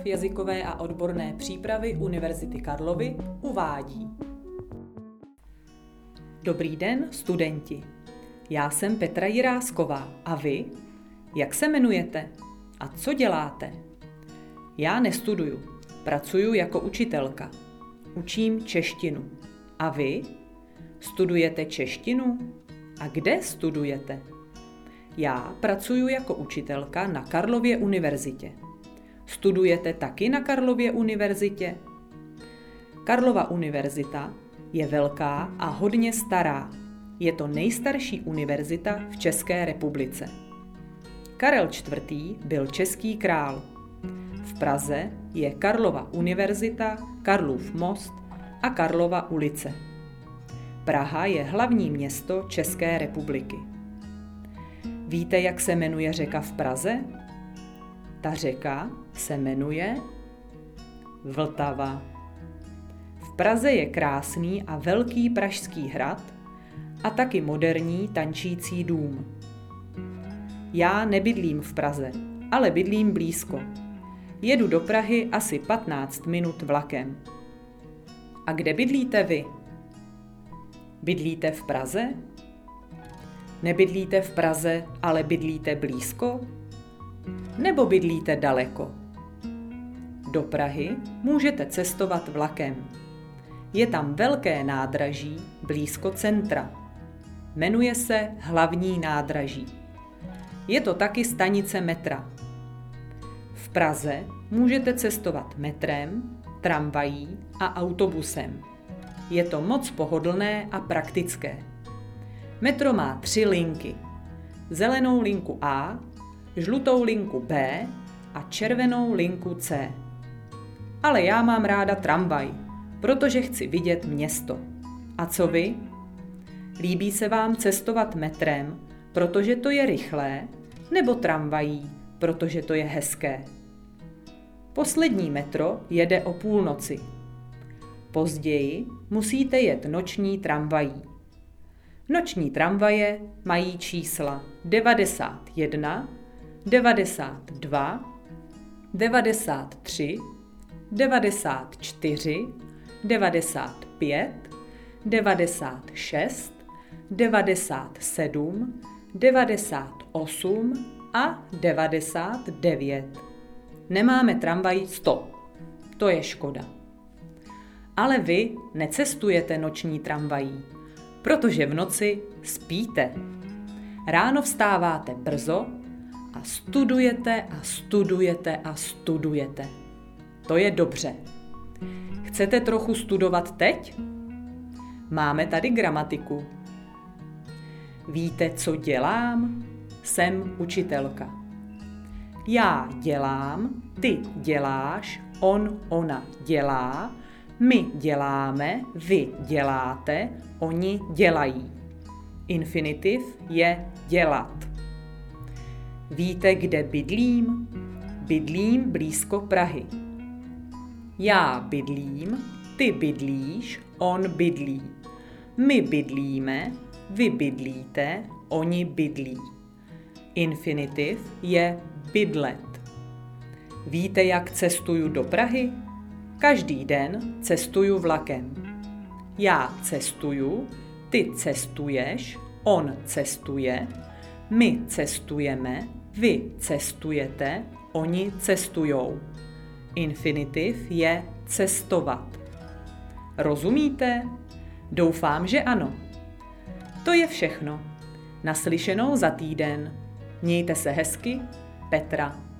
Ústav jazykové a odborné přípravy Univerzity Karlovy uvádí. Dobrý den, studenti. Já jsem Petra Jirásková a vy? Jak se jmenujete? A co děláte? Já nestuduju, pracuji jako učitelka. Učím češtinu. A vy? Studujete češtinu? A kde studujete? Já pracuji jako učitelka na Karlově univerzitě. Studujete taky na Karlově univerzitě? Karlova univerzita je velká a hodně stará. Je to nejstarší univerzita v České republice. Karel IV. Byl český král. V Praze je Karlova univerzita, Karlův most a Karlova ulice. Praha je hlavní město České republiky. Víte, jak se jmenuje řeka v Praze? Ta řeka se jmenuje Vltava. V Praze je krásný a velký Pražský hrad a taky moderní tančící dům. Já nebydlím v Praze, ale bydlím blízko. Jedu do Prahy asi 15 minut vlakem. A kde bydlíte vy? Bydlíte v Praze? Nebydlíte v Praze, ale bydlíte blízko? Nebo bydlíte daleko? Do Prahy můžete cestovat vlakem. Je tam velké nádraží blízko centra. Jmenuje se Hlavní nádraží. Je to taky stanice metra. V Praze můžete cestovat metrem, tramvají a autobusem. Je to moc pohodlné a praktické. Metro má 3 linky. Zelenou linku A, žlutou linku B a červenou linku C. Ale já mám ráda tramvaj, protože chci vidět město. A co vy? Líbí se vám cestovat metrem, protože to je rychlé, nebo tramvají, protože to je hezké? Poslední metro jede o půlnoci. Později musíte jet noční tramvají. Noční tramvaje mají čísla 91, 92, 93, 94, 95, 96, 97, 98 a 99. Nemáme tramvaj 100. To je škoda. Ale vy necestujete noční tramvají, protože v noci spíte. Ráno vstáváte brzo a studujete a studujete a studujete. To je dobře. Chcete trochu studovat teď? Máme tady gramatiku. Víte, co dělám? Jsem učitelka. Já dělám, ty děláš, on, ona dělá, my děláme, vy děláte, oni dělají. Infinitiv je dělat. Víte, kde bydlím? Bydlím blízko Prahy. Já bydlím, ty bydlíš, on bydlí. My bydlíme, vy bydlíte, oni bydlí. Infinitiv je bydlet. Víte, jak cestuju do Prahy? Každý den cestuju vlakem. Já cestuju, ty cestuješ, on cestuje, my cestujeme, vy cestujete, oni cestujou. Infinitiv je cestovat. Rozumíte? Doufám, že ano. To je všechno. Naslyšenou za týden. Mějte se hezky, Petra.